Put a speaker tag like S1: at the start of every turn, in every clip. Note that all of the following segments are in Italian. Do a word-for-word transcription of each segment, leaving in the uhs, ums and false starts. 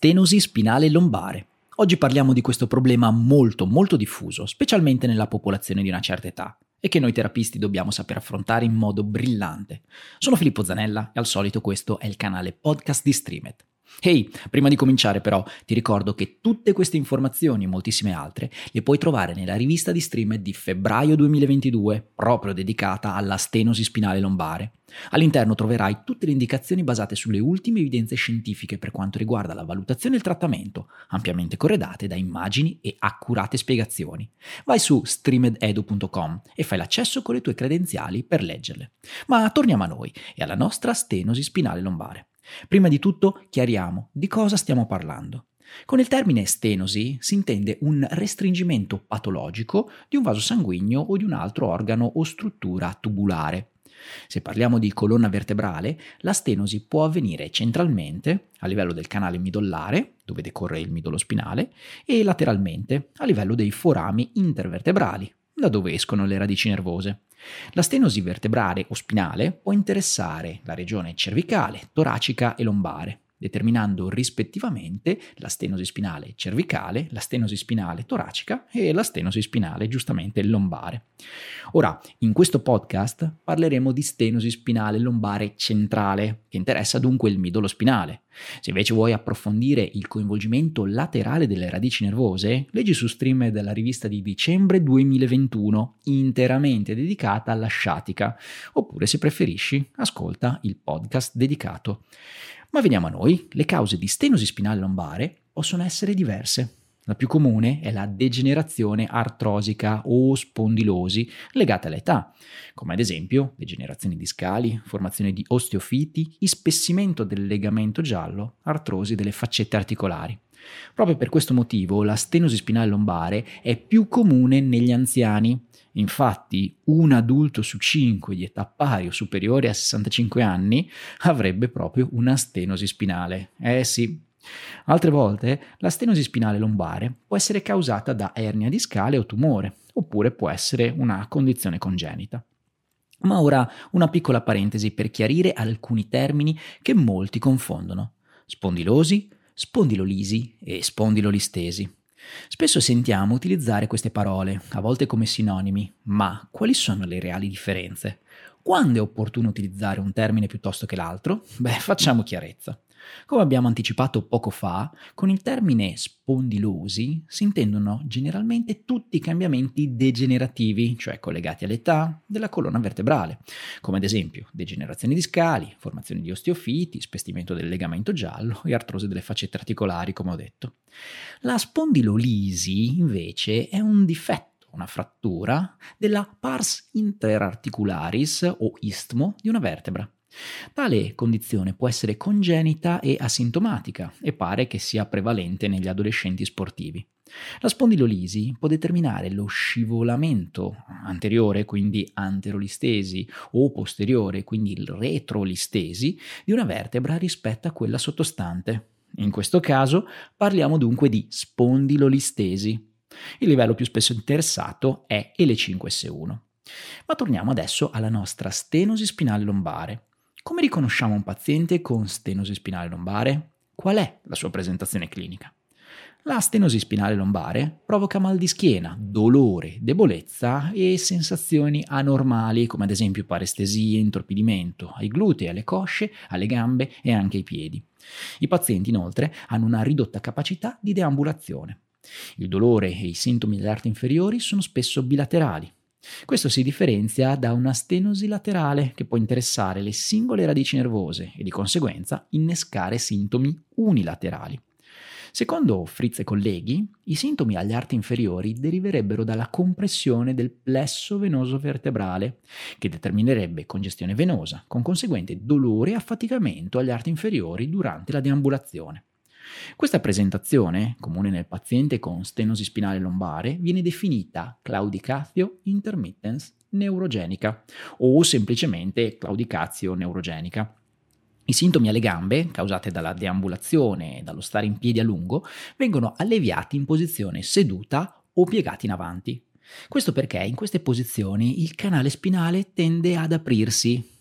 S1: stenosi spinale lombare. Oggi parliamo di questo problema molto molto diffuso, specialmente nella popolazione di una certa età, e che noi terapisti dobbiamo saper affrontare in modo brillante. Sono Filippo Zanella e al solito questo è il canale podcast di Streamed. Ehi, hey, prima di cominciare però ti ricordo che tutte queste informazioni e moltissime altre le puoi trovare nella rivista di Streamed di febbraio duemilaventidue, proprio dedicata alla stenosi spinale lombare. All'interno troverai tutte le indicazioni basate sulle ultime evidenze scientifiche per quanto riguarda la valutazione e il trattamento, ampiamente corredate da immagini e accurate spiegazioni. Vai su streamed edu punto com e fai l'accesso con le tue credenziali per leggerle. Ma torniamo a noi e alla nostra stenosi spinale lombare. Prima di tutto chiariamo di cosa stiamo parlando. Con il termine stenosi si intende un restringimento patologico di un vaso sanguigno o di un altro organo o struttura tubulare. Se parliamo di colonna vertebrale, la stenosi può avvenire centralmente a livello del canale midollare, dove decorre il midollo spinale, e lateralmente a livello dei forami intervertebrali, da dove escono le radici nervose. La stenosi vertebrale o spinale può interessare la regione cervicale, toracica e lombare, determinando rispettivamente la stenosi spinale cervicale, la stenosi spinale toracica e la stenosi spinale giustamente lombare. Ora, in questo podcast parleremo di stenosi spinale lombare centrale, che interessa dunque il midollo spinale. Se invece vuoi approfondire il coinvolgimento laterale delle radici nervose, leggi su Stream della rivista di dicembre duemilaventuno, interamente dedicata alla sciatica, oppure se preferisci, ascolta il podcast dedicato. Ma veniamo a noi, le cause di stenosi spinale lombare possono essere diverse. La più comune è la degenerazione artrosica o spondilosi legata all'età, come ad esempio degenerazioni discali, formazione di osteofiti, ispessimento del legamento giallo, artrosi delle faccette articolari. Proprio per questo motivo la stenosi spinale lombare è più comune negli anziani. Infatti, un adulto su cinque di età pari o superiore a sessantacinque anni avrebbe proprio una stenosi spinale. Eh sì. Altre volte la stenosi spinale lombare può essere causata da ernia discale o tumore, oppure può essere una condizione congenita. Ma ora una piccola parentesi per chiarire alcuni termini che molti confondono: spondilosi, spondilolisi e spondilolistesi. Spesso sentiamo utilizzare queste parole, a volte come sinonimi, ma quali sono le reali differenze? Quando è opportuno utilizzare un termine piuttosto che l'altro? Beh, facciamo chiarezza. Come abbiamo anticipato poco fa, con il termine spondilosi si intendono generalmente tutti i cambiamenti degenerativi, cioè collegati all'età della colonna vertebrale, come ad esempio degenerazioni discali, formazione di osteofiti, spestimento del legamento giallo e artrosi delle faccette articolari, come ho detto. La spondilolisi, invece, è un difetto, una frattura della pars interarticularis o istmo di una vertebra. Tale condizione può essere congenita e asintomatica e pare che sia prevalente negli adolescenti sportivi. La spondilolisi può determinare lo scivolamento anteriore, quindi anterolistesi, o posteriore, quindi il retrolistesi, di una vertebra rispetto a quella sottostante. In questo caso parliamo dunque di spondilolistesi. Il livello più spesso interessato è L cinque S uno. Ma torniamo adesso alla nostra stenosi spinale lombare. Come riconosciamo un paziente con stenosi spinale lombare? Qual è la sua presentazione clinica? La stenosi spinale lombare provoca mal di schiena, dolore, debolezza e sensazioni anormali, come ad esempio parestesie, intorpidimento ai glutei, alle cosce, alle gambe e anche ai piedi. I pazienti inoltre hanno una ridotta capacità di deambulazione. Il dolore e i sintomi delle arti inferiori sono spesso bilaterali. Questo si differenzia da una stenosi laterale che può interessare le singole radici nervose e di conseguenza innescare sintomi unilaterali. Secondo Fritz e colleghi, i sintomi agli arti inferiori deriverebbero dalla compressione del plesso venoso vertebrale, che determinerebbe congestione venosa, con conseguente dolore e affaticamento agli arti inferiori durante la deambulazione. Questa presentazione, comune nel paziente con stenosi spinale lombare, viene definita claudicatio intermittens neurogenica o semplicemente claudicatio neurogenica. I sintomi alle gambe, causati dalla deambulazione e dallo stare in piedi a lungo, vengono alleviati in posizione seduta o piegati in avanti. Questo perché in queste posizioni il canale spinale tende ad aprirsi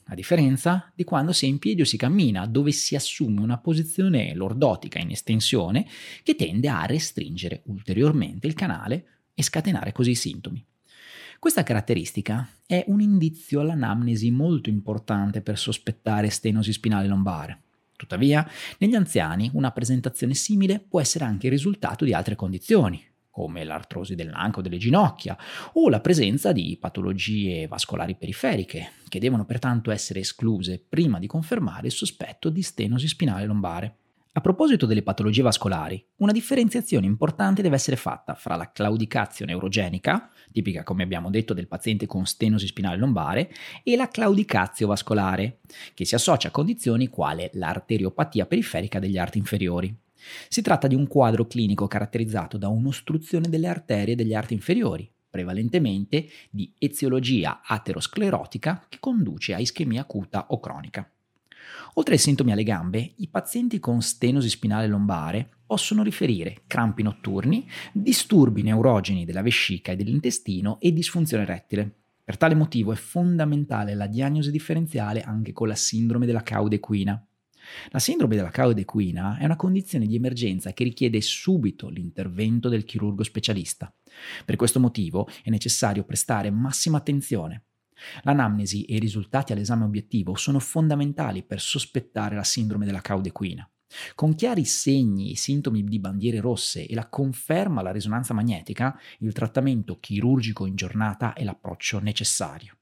S1: a differenza di quando si è in piedi o si cammina, dove si assume una posizione lordotica in estensione che tende a restringere ulteriormente il canale e scatenare così i sintomi. Questa caratteristica è un indizio all'anamnesi molto importante per sospettare stenosi spinale lombare. Tuttavia, negli anziani una presentazione simile può essere anche il risultato di altre condizioni, come l'artrosi dell'anca o delle ginocchia, o la presenza di patologie vascolari periferiche, che devono pertanto essere escluse prima di confermare il sospetto di stenosi spinale lombare. A proposito delle patologie vascolari, una differenziazione importante deve essere fatta fra la claudicatio neurogenica, tipica come abbiamo detto del paziente con stenosi spinale lombare, e la claudicatio vascolare, che si associa a condizioni quali l'arteriopatia periferica degli arti inferiori. Si tratta di un quadro clinico caratterizzato da un'ostruzione delle arterie degli arti inferiori, prevalentemente di eziologia aterosclerotica che conduce a ischemia acuta o cronica. Oltre ai sintomi alle gambe, i pazienti con stenosi spinale lombare possono riferire crampi notturni, disturbi neurogeni della vescica e dell'intestino e disfunzione erettile. Per tale motivo è fondamentale la diagnosi differenziale anche con la sindrome della cauda equina. La sindrome della cauda equina è una condizione di emergenza che richiede subito l'intervento del chirurgo specialista. Per questo motivo è necessario prestare massima attenzione. L'anamnesi e i risultati all'esame obiettivo sono fondamentali per sospettare la sindrome della cauda equina. Con chiari segni e sintomi di bandiere rosse e la conferma alla risonanza magnetica, il trattamento chirurgico in giornata è l'approccio necessario.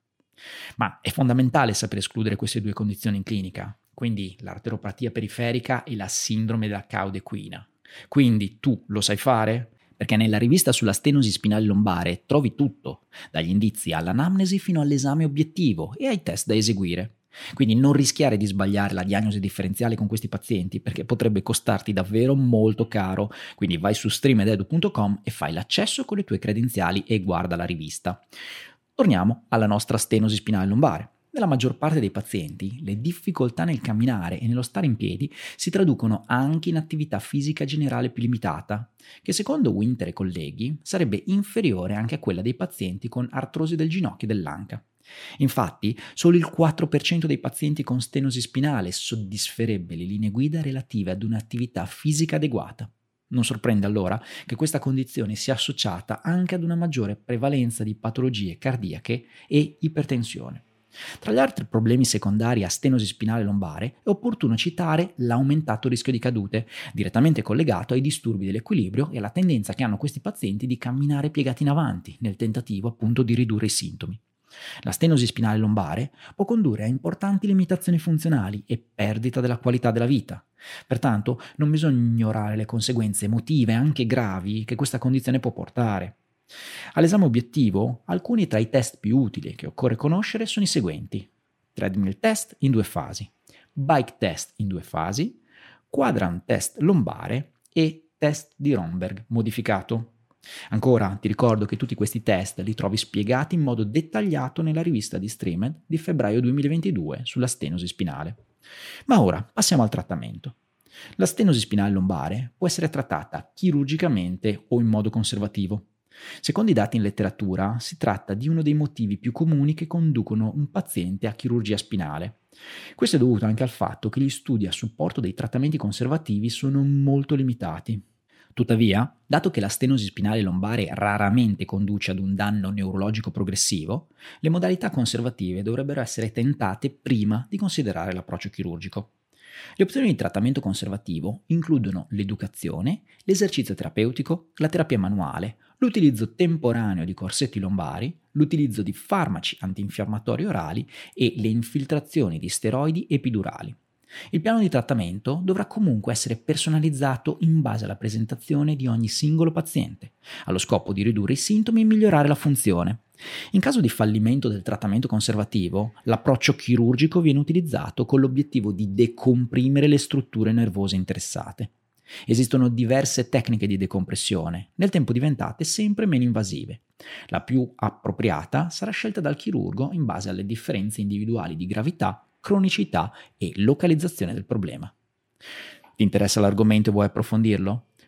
S1: Ma è fondamentale saper escludere queste due condizioni in clinica, quindi l'arteropatia periferica e la sindrome della cauda equina. Quindi tu lo sai fare? Perché nella rivista sulla stenosi spinale lombare trovi tutto, dagli indizi all'anamnesi fino all'esame obiettivo e ai test da eseguire. Quindi non rischiare di sbagliare la diagnosi differenziale con questi pazienti perché potrebbe costarti davvero molto caro. Quindi vai su streamededu punto com e fai l'accesso con le tue credenziali e guarda la rivista. Torniamo alla nostra stenosi spinale lombare. Nella maggior parte dei pazienti, le difficoltà nel camminare e nello stare in piedi si traducono anche in attività fisica generale più limitata, che secondo Winter e colleghi sarebbe inferiore anche a quella dei pazienti con artrosi del ginocchio e dell'anca. Infatti, solo il quattro per cento dei pazienti con stenosi spinale soddisferebbe le linee guida relative ad un'attività fisica adeguata. Non sorprende allora che questa condizione sia associata anche ad una maggiore prevalenza di patologie cardiache e ipertensione. Tra gli altri problemi secondari a stenosi spinale lombare è opportuno citare l'aumentato rischio di cadute, direttamente collegato ai disturbi dell'equilibrio e alla tendenza che hanno questi pazienti di camminare piegati in avanti, nel tentativo appunto di ridurre i sintomi. La stenosi spinale lombare può condurre a importanti limitazioni funzionali e perdita della qualità della vita. Pertanto non bisogna ignorare le conseguenze emotive anche gravi che questa condizione può portare. All'esame obiettivo, alcuni tra i test più utili che occorre conoscere sono i seguenti: treadmill test in due fasi, bike test in due fasi, quadrant test lombare e test di Romberg modificato. Ancora, ti ricordo che tutti questi test li trovi spiegati in modo dettagliato nella rivista di Streamed di febbraio duemilaventidue sulla stenosi spinale. Ma ora passiamo al trattamento. La stenosi spinale lombare può essere trattata chirurgicamente o in modo conservativo. Secondo i dati in letteratura, si tratta di uno dei motivi più comuni che conducono un paziente a chirurgia spinale. Questo è dovuto anche al fatto che gli studi a supporto dei trattamenti conservativi sono molto limitati. Tuttavia, dato che la stenosi spinale lombare raramente conduce ad un danno neurologico progressivo, le modalità conservative dovrebbero essere tentate prima di considerare l'approccio chirurgico. Le opzioni di trattamento conservativo includono l'educazione, l'esercizio terapeutico, la terapia manuale, l'utilizzo temporaneo di corsetti lombari, l'utilizzo di farmaci antinfiammatori orali e le infiltrazioni di steroidi epidurali. Il piano di trattamento dovrà comunque essere personalizzato in base alla presentazione di ogni singolo paziente, allo scopo di ridurre i sintomi e migliorare la funzione. In caso di fallimento del trattamento conservativo, l'approccio chirurgico viene utilizzato con l'obiettivo di decomprimere le strutture nervose interessate. Esistono diverse tecniche di decompressione, nel tempo diventate sempre meno invasive. La più appropriata sarà scelta dal chirurgo in base alle differenze individuali di gravità, cronicità e localizzazione del problema. Ti interessa l'argomento e vuoi approfondirlo?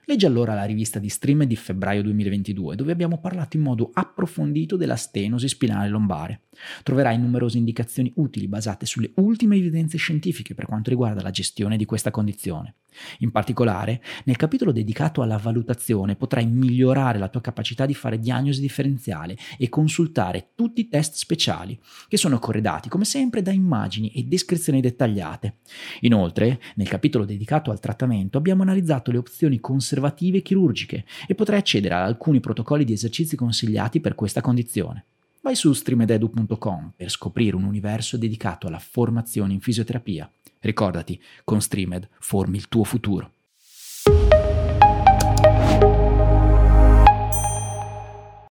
S1: Leggi allora la rivista di Streamed di febbraio duemilaventidue, dove abbiamo parlato in modo approfondito della stenosi spinale lombare. Troverai numerose indicazioni utili basate sulle ultime evidenze scientifiche per quanto riguarda la gestione di questa condizione. In particolare, nel capitolo dedicato alla valutazione potrai migliorare la tua capacità di fare diagnosi differenziale e consultare tutti i test speciali, che sono corredati come sempre da immagini e descrizioni dettagliate. Inoltre, nel capitolo dedicato al trattamento abbiamo analizzato le opzioni conservative chirurgiche e potrai accedere ad alcuni protocolli di esercizi consigliati per questa condizione. Vai su streamededu punto com per scoprire un universo dedicato alla formazione in fisioterapia. Ricordati, con Streamed formi il tuo futuro.